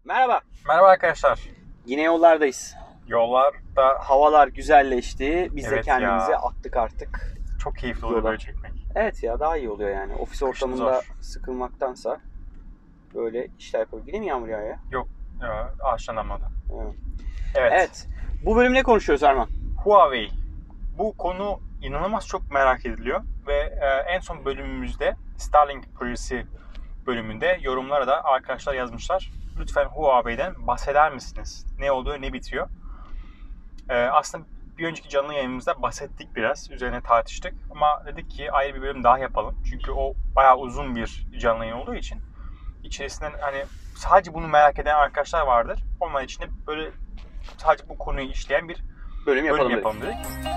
Merhaba. Merhaba arkadaşlar. Yine yollardayız. Yollarda Havalar güzelleşti. Biz de Evet kendimize ya. attık artık. çok keyifli oluyor Yola. böyle çekmek. Evet ya, daha iyi oluyor yani. Ofis ortamında zor. sıkılmaktansa böyle işler yapabilir. Değil mi Yağmur ya? Yok, ağaçlanamadı. Evet. Evet. Evet. Bu bölüm ne konuşuyoruz Arman? Huawei. Bu konu inanılmaz çok merak ediliyor ve en son bölümümüzde Starlink projesi bölümünde yorumlara da arkadaşlar yazmışlar. Lütfen Huawei'den bahseder misiniz? Ne oluyor, ne bitiyor? Aslında bir önceki canlı yayınımızda bahsettik biraz. Üzerine tartıştık. Ama dedik ki ayrı bir bölüm daha yapalım. Çünkü o bayağı uzun bir canlı yayın olduğu için içerisinden hani sadece bunu merak eden arkadaşlar vardır. Onlar için de böyle sadece bu konuyu işleyen bir Bölüm yapalım dedik.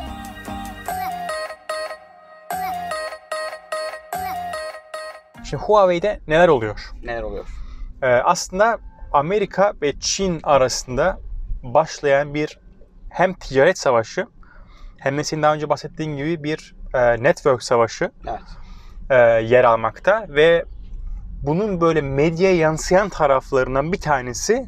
Şimdi Huawei'de neler oluyor? Neler oluyor? Aslında Amerika ve Çin arasında başlayan bir hem ticaret savaşı hem de senin daha önce bahsettiğin gibi bir network savaşı yer almakta ve bunun böyle medyaya yansıyan taraflarından bir tanesi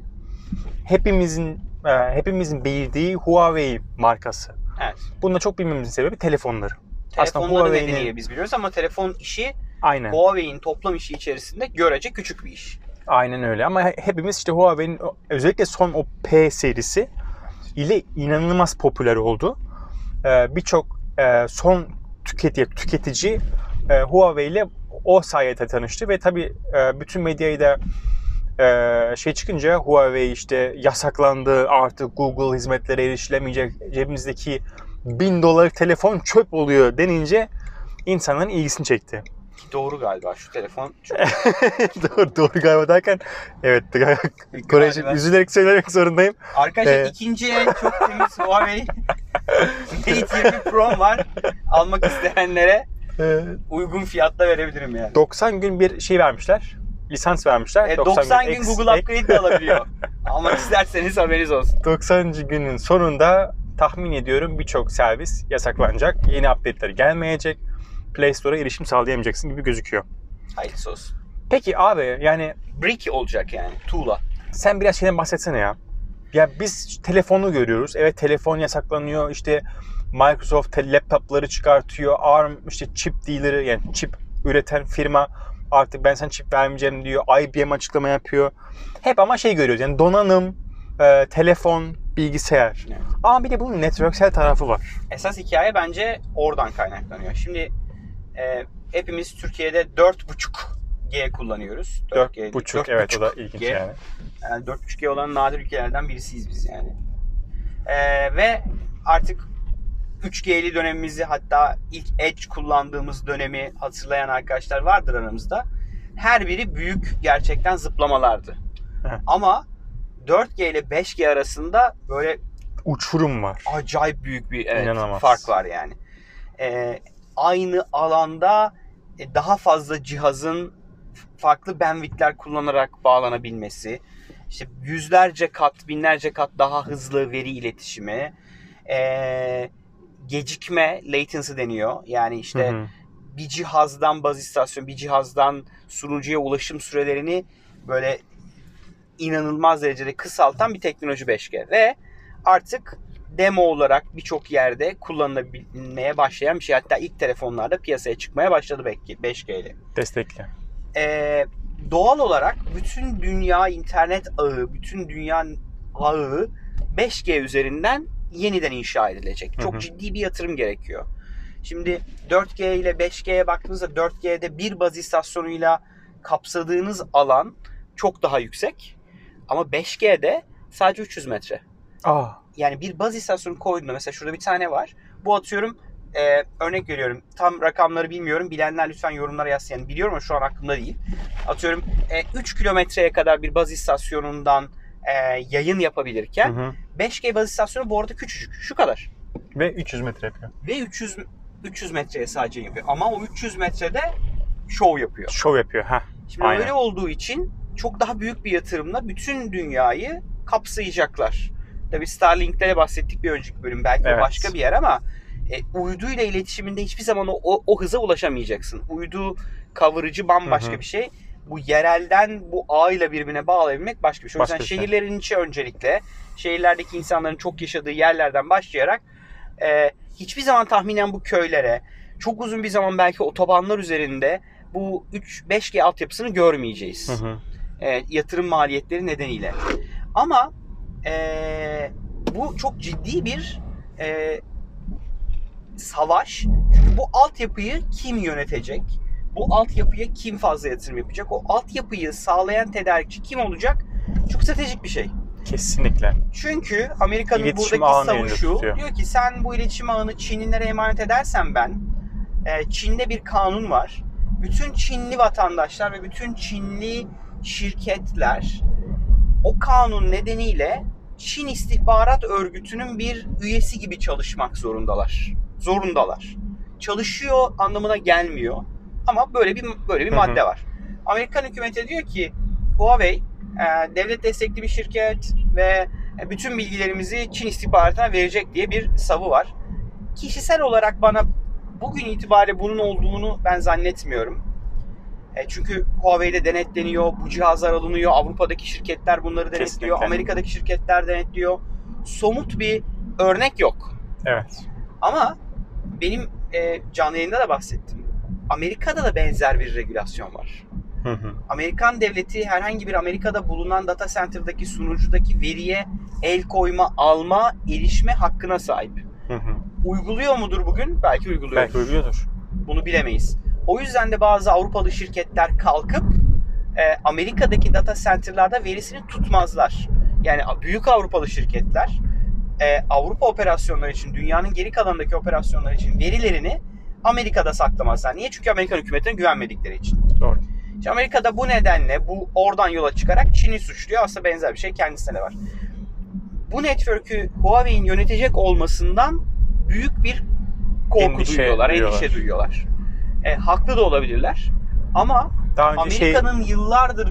hepimizin bildiği Huawei markası. Evet. Bunu da çok bilmemizin sebebi telefonları. Telefonları nedeniyle biz biliyoruz ama telefon işi Aynen. Huawei'nin toplam işi içerisinde görece küçük bir iş. Aynen öyle ama hepimiz işte Huawei'nin özellikle son o P serisi ile inanılmaz popüler oldu. Birçok son tüketici Huawei ile o sayede tanıştı ve tabii bütün medyayı da çıkınca Huawei işte yasaklandı, artık Google hizmetlere erişilemeyecek, cebimizdeki $1000 telefon çöp oluyor denince insanların ilgisini çekti. Doğru galiba, şu telefon çok... doğru galiba derken evet Korece üzülerek söylemek zorundayım. Arkadaşlar ikinci el çok temiz Huawei Mate 20 Pro var. Almak isteyenlere uygun fiyatla verebilirim yani. 90 gün bir şey vermişler. Lisans vermişler. 90 gün Google Upgrade de alabiliyor. Almak isterseniz haberiniz olsun. 90. günün sonunda tahmin ediyorum birçok servis yasaklanacak. Yeni update'ler gelmeyecek. Play Store'a erişim sağlayamayacaksın gibi gözüküyor. Hayırlısı olsun. Peki abi yani... Brick olacak yani. Tuğla. Sen biraz şeyden bahsetsene ya. Ya biz telefonu görüyoruz. Evet, telefon yasaklanıyor. İşte Microsoft laptopları çıkartıyor. ARM işte chip dealer'ı, yani chip üreten firma artık ben sana çip vermeyeceğim diyor. IBM açıklama yapıyor. Hep ama görüyoruz yani donanım, telefon, bilgisayar. Evet. Ama bir de bunun networksel tarafı var. Esas hikaye bence oradan kaynaklanıyor. Şimdi hepimiz Türkiye'de 4.5G kullanıyoruz. 4.5 evet, o da ilginç yani. Yani 4.5G olan nadir ülkelerden birisiyiz biz yani. Ve artık 3G'li dönemimizi, hatta ilk Edge kullandığımız dönemi hatırlayan arkadaşlar vardır aramızda. Her biri büyük gerçekten zıplamalardı. Evet. Ama 4G ile 5G arasında böyle uçurum var. Acayip büyük bir fark var yani. Aynı alanda daha fazla cihazın farklı bandwidth'ler kullanarak bağlanabilmesi, işte yüzlerce kat, binlerce kat daha hızlı veri iletişimi, gecikme, latency deniyor. Yani işte bir cihazdan baz istasyon, bir cihazdan sunucuya ulaşım sürelerini böyle inanılmaz derecede kısaltan bir teknoloji 5G ve artık demo olarak birçok yerde kullanılabilmeye başlayan bir şey. Hatta ilk telefonlarda piyasaya çıkmaya başladı 5G ile. Destekli. Doğal olarak bütün dünya internet ağı, bütün dünya ağı 5G üzerinden yeniden inşa edilecek. Çok ciddi bir yatırım gerekiyor. Şimdi 4G ile 5G'ye baktığınızda 4G'de bir baz istasyonuyla kapsadığınız alan çok daha yüksek. Ama 5G'de sadece 300 metre. Yani bir baz istasyonu koyduğunda, mesela şurada bir tane var. Bu atıyorum örnek veriyorum. Tam rakamları bilmiyorum. Bilenler lütfen yorumlara yazsın. Yani biliyorum ama şu an aklımda değil. Atıyorum 3 kilometreye kadar bir baz istasyonundan yayın yapabilirken 5G baz istasyonu bu arada küçücük. Şu kadar. Ve 300 metre yapıyor. Ve 300 metreye sadece yapıyor. Ama o 300 metrede şov yapıyor. Şov yapıyor. Şimdi aynen. Öyle olduğu için çok daha büyük bir yatırımla bütün dünyayı kapsayacaklar. Tabii Starlink'te bahsettik bir önceki bölüm. Belki o başka bir yer ama uyduyla iletişiminde hiçbir zaman o hıza ulaşamayacaksın. Uydu coverage'ı bambaşka bir şey. bu yerelden bu ağıyla birbirine bağlayabilmek başka bir şey. O yüzden Başka bir şey. şehirlerin içi öncelikle, şehirlerdeki insanların çok yaşadığı yerlerden başlayarak hiçbir zaman tahminen bu köylere, çok uzun bir zaman belki otobanlar üzerinde bu 5G altyapısını görmeyeceğiz. Yatırım maliyetleri nedeniyle. Ama bu çok ciddi bir savaş. Çünkü bu altyapıyı kim yönetecek? Bu altyapıya kim fazla yatırım yapacak? O altyapıyı sağlayan tedarikçi kim olacak? Çok stratejik bir şey. Kesinlikle. Çünkü Amerika'nın İletişim buradaki ağını savuşu elinde diyor ki sen bu iletişim ağını Çinlilere emanet edersen ben, Çin'de bir kanun var. Bütün Çinli vatandaşlar ve bütün Çinli şirketler o kanun nedeniyle Çin İstihbarat Örgütü'nün bir üyesi gibi çalışmak zorundalar. Çalışıyor anlamına gelmiyor. Ama böyle bir madde var. Amerikan hükümeti diyor ki Huawei devlet destekli bir şirket ve bütün bilgilerimizi Çin istihbaratına verecek diye bir savı var. Kişisel olarak bana bugün itibariyle bunun olduğunu ben zannetmiyorum. Çünkü Huawei'de denetleniyor, bu cihazlar alınıyor, Avrupa'daki şirketler bunları denetliyor, Kesinlikle. Amerika'daki şirketler denetliyor. Somut bir örnek yok. Evet. Ama benim canlı yayında da bahsettim. Amerika'da da benzer bir regülasyon var. Amerikan devleti herhangi bir Amerika'da bulunan data center'daki sunucudaki veriye el koyma, alma, erişme hakkına sahip. Uyguluyor mudur bugün? Belki uyguluyor. Belki uyguluyordur. Bunu bilemeyiz. O yüzden de bazı Avrupalı şirketler kalkıp Amerika'daki data center'larda verisini tutmazlar. Yani büyük Avrupalı şirketler Avrupa operasyonları için, dünyanın geri kalanındaki operasyonlar için verilerini Amerika'da saklamazlar. Niye? Çünkü Amerikan hükümetine güvenmedikleri için. Doğru. İşte Amerika'da bu nedenle oradan yola çıkarak Çin'i suçluyor. Aslında benzer bir şey kendisine de var. Bu network'ü Huawei'in yönetecek olmasından büyük bir korku duyuyorlar, endişe duyuyorlar. Haklı da olabilirler. Ama Amerika'nın yıllardır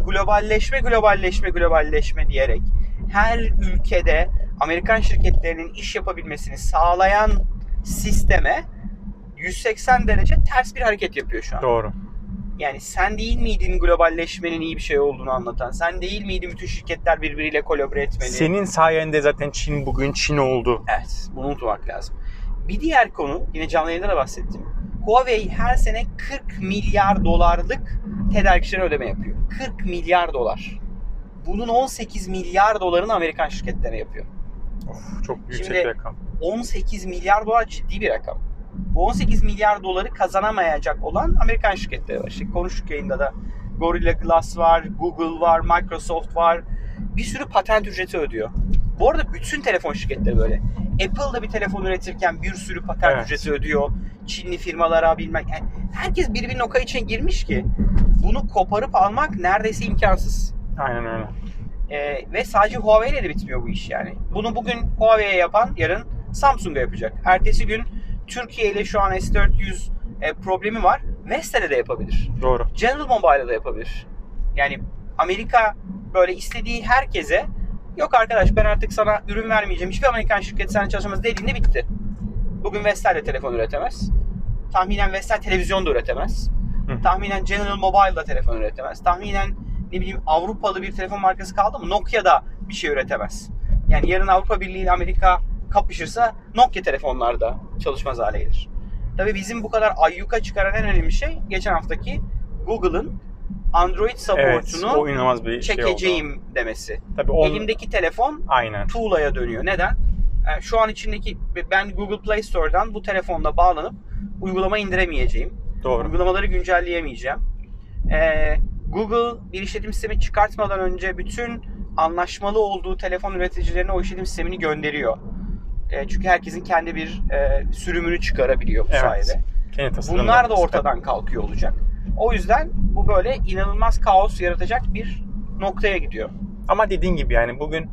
globalleşme diyerek her ülkede Amerikan şirketlerinin iş yapabilmesini sağlayan sisteme 180 derece ters bir hareket yapıyor şu an. Doğru. Yani sen değil miydin globalleşmenin iyi bir şey olduğunu anlatan? Sen değil miydin bütün şirketler birbiriyle kolabre etmeli? Senin sayende zaten Çin bugün Çin oldu. Evet, bunu unutmak lazım. Bir diğer konu, yine canlı yayında da bahsettim. Huawei her sene 40 milyar dolarlık tedarikçilere ödeme yapıyor. 40 milyar dolar. Bunun 18 milyar dolarını Amerikan şirketlerine yapıyor. Of, çok yüksek Şimdi, bir rakam. 18 milyar dolar ciddi bir rakam. Bu 18 milyar doları kazanamayacak olan Amerikan şirketleri var. İşte konuştuk yayında da Gorilla Glass var, Google var, Microsoft var. Bir sürü patent ücreti ödüyor. Bu arada bütün telefon şirketleri böyle. Apple da bir telefon üretirken bir sürü patent ücreti ödüyor. Çinli firmalara bilmem. Yani herkes birbirinin o kayı içine girmiş ki bunu koparıp almak neredeyse imkansız. Aynen öyle. Ve sadece Huawei ile de bitmiyor bu iş yani. Bunu bugün Huawei'ye yapan yarın Samsung'a yapacak. Ertesi gün Türkiye ile şu an S400 problemi var. Vestel'e de yapabilir. Doğru. General Mobile'a da yapabilir. Yani Amerika böyle istediği herkese yok arkadaş ben artık sana ürün vermeyeceğim. Hiçbir Amerikan şirketi seninle çalışamaz dediğinde bitti. Bugün Vestel de telefon üretemez. Tahminen Vestel televizyon da üretemez. Tahminen General Mobile da telefon üretemez. Tahminen ne bileyim Avrupalı bir telefon markası kaldı mı? Nokia da bir şey üretemez. Yani yarın Avrupa Birliği ile Amerika kapışırsa Nokia telefonlarda çalışmaz hale gelir. Tabii bizim bu kadar ayyuka çıkaran en önemli şey geçen haftaki Google'ın Android support'unu çekeceğim demesi. Tabii elimdeki telefon tuğlaya dönüyor. Neden? Şu an içindeki ben Google Play Store'dan bu telefonla bağlanıp uygulama indiremeyeceğim. Doğru. Uygulamaları güncelleyemeyeceğim. Google bir işletim sistemi çıkartmadan önce bütün anlaşmalı olduğu telefon üreticilerine o işletim sistemini gönderiyor. Çünkü herkesin kendi bir sürümünü çıkarabiliyor bu sayede. Bunlar da ortadan kalkıyor olacak. O yüzden bu böyle inanılmaz kaos yaratacak bir noktaya gidiyor. Ama dediğin gibi yani bugün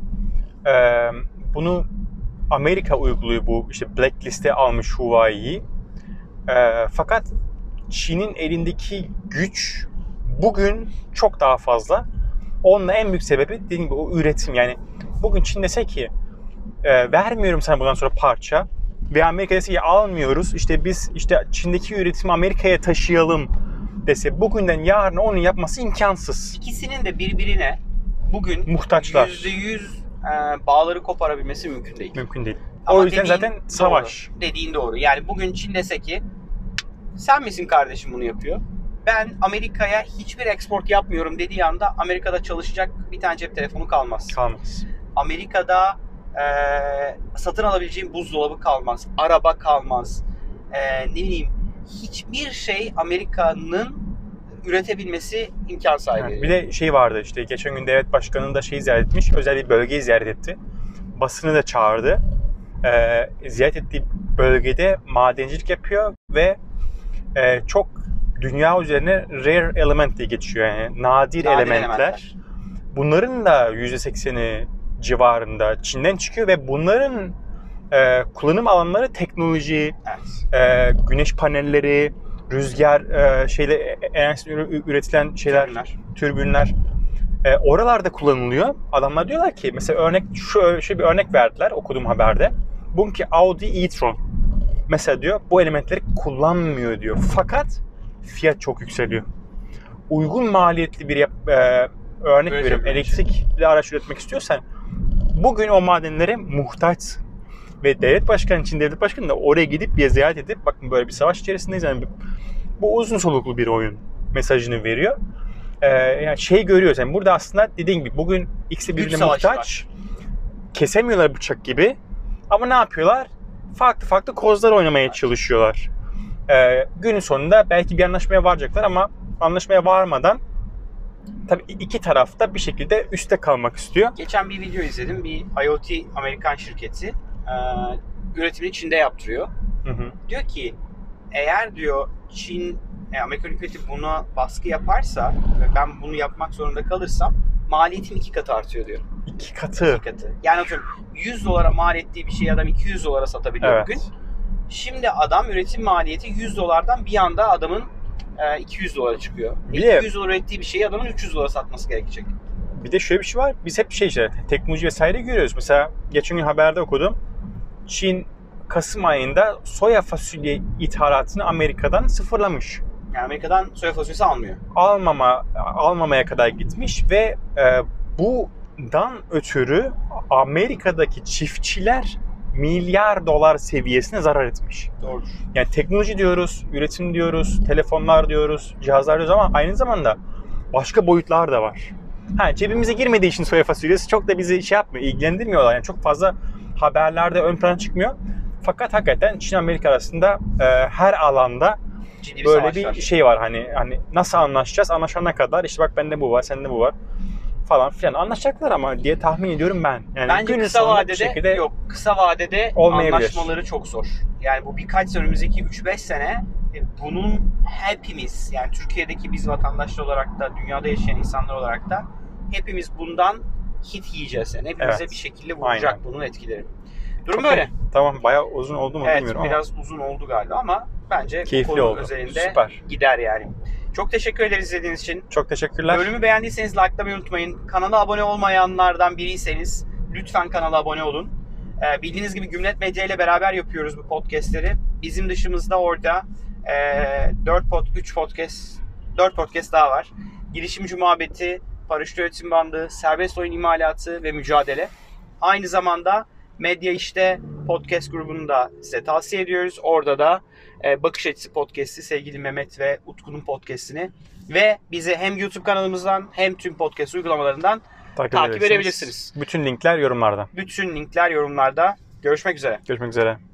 bunu Amerika uyguluyor, bu işte blacklist'e almış Huawei'yi. Fakat Çin'in elindeki güç bugün çok daha fazla. Onun en büyük sebebi dediğim gibi o üretim. Yani bugün Çin dese ki vermiyorum sana bundan sonra parça ve Amerika dese ki almıyoruz. İşte biz işte Çin'deki üretimi Amerika'ya taşıyalım dese bugünden yarına onun yapması imkansız. İkisinin de birbirine bugün Muhtaçlar. %100 bağları koparabilmesi mümkün değil. Mümkün değil. Ama o yüzden dediğin zaten savaş. Doğru, dediğin doğru. Yani bugün Çin dese ki sen misin kardeşim bunu yapıyor? Ben Amerika'ya hiçbir export yapmıyorum dediği anda Amerika'da çalışacak bir tane cep telefonu kalmaz. Kalmaz. Amerika'da satın alabileceğin buzdolabı kalmaz. Araba kalmaz. Ne bileyim hiçbir şey Amerika'nın üretebilmesi imkan sahibi. Evet, bir de şey vardı işte geçen gün devlet başkanı da ziyaret etmiş. Özel bir bölgeyi ziyaret etti. Basını da çağırdı. Ziyaret ettiği bölgede madencilik yapıyor ve çok dünya üzerine rare element diye geçiyor. Yani nadir elementler. Bunların da %80'i civarında Çin'den çıkıyor ve bunların kullanım alanları teknoloji, güneş panelleri, rüzgar enerjisi üretilen şeyler, türbinler. Oralarda kullanılıyor. Adamlar diyorlar ki mesela örnek şöyle bir örnek verdiler okuduğum haberde. Bugünkü Audi e-tron mesela diyor bu elementleri kullanmıyor diyor. Fakat fiyat çok yükseliyor. Uygun maliyetli bir örnek veriyorum. Elektrikli araç üretmek istiyorsan bugün o madenlere muhtaç. Ve devlet başkanı için devlet başkanı da oraya gidip bir ziyaret edip bakın böyle bir savaş içerisindeyiz. Yani bu uzun soluklu bir oyun mesajını veriyor. Yani görüyoruz. Yani burada aslında dediğim gibi bugün ikisi birbirine muhtaç. Kesemiyorlar bıçak gibi. Ama ne yapıyorlar? Farklı kozlar oynamaya çalışıyorlar. Günün sonunda belki bir anlaşmaya varacaklar ama anlaşmaya varmadan tabii iki taraf da bir şekilde üstte kalmak istiyor. Geçen bir video izledim. Bir IoT Amerikan şirketi üretimini Çin'de yaptırıyor. Hı. Diyor ki eğer diyor Çin Amerikan hükümeti buna baskı yaparsa ve ben bunu yapmak zorunda kalırsam maliyetim 2 katı artıyor diyor. 2 katı. 2 katı. Yani atıyorum $100 mal ettiği bir şeyi adam $200 satabiliyor bugün. Şimdi adam üretim maliyeti $100'dan bir anda adamın $200 çıkıyor. $200 ürettiği bir şeyi adamın $300 satması gerekecek. Bir de şöyle bir şey var. Biz hep teknoloji vesaire görüyoruz. Mesela geçen gün haberde okudum. Çin Kasım ayında soya fasulye ithalatını Amerika'dan sıfırlamış. Yani Amerika'dan soya fasulyesi almıyor. Almamaya kadar gitmiş ve bundan ötürü Amerika'daki çiftçiler milyar dolar seviyesine zarar etmiş. Doğrudur. Yani teknoloji diyoruz, üretim diyoruz, telefonlar diyoruz, cihazlar diyoruz ama aynı zamanda başka boyutlar da var. Cebimize girmediği için soya fasulyesi çok da bizi yapmıyor, ilgilendirmiyorlar. Yani çok fazla haberlerde ön plana çıkmıyor. Fakat hakikaten Çin Amerika arasında her alanda ciddi böyle bir şey var. Hani nasıl anlaşacağız? Anlaşana kadar işte bak bende bu var, sende bu var falan filan anlaşacaklar ama diye tahmin ediyorum ben. Yani bence kısa vadede anlaşmaları çok zor. Yani bu birkaç sene, önümüzdeki 3-5 sene bunun hepimiz yani Türkiye'deki biz vatandaşlar olarak da dünyada yaşayan insanlar olarak da hepimiz bundan hit yiyeceğiz. Yani hepimize bir şekilde vuracak bunun etkileri. Durum böyle. Tamam bayağı uzun oldu mu bilmiyorum ama. Evet biraz uzun oldu galiba ama bence keyifli konu oldu. özelinde Süper. Gider yani. Çok teşekkür ederiz izlediğiniz için. Çok teşekkürler. Bölümü beğendiyseniz likelamayı unutmayın. Kanala abone olmayanlardan biriyseniz lütfen kanala abone olun. Bildiğiniz gibi Gümlet Medya ile beraber yapıyoruz bu podcastleri. Bizim dışımızda orada 4 podcast daha var. Girişimci muhabbeti, paraşüt üretim bandı, serbest oyun imalatı ve mücadele. Aynı zamanda Medya İşte podcast grubunu da size tavsiye ediyoruz. Orada da Bakış Açısı podcast'i sevgili Mehmet ve Utku'nun podcast'ini ve bizi hem YouTube kanalımızdan hem tüm podcast uygulamalarından takip edebilirsiniz. Bütün linkler yorumlarda. Bütün linkler yorumlarda. Görüşmek üzere. Görüşmek üzere.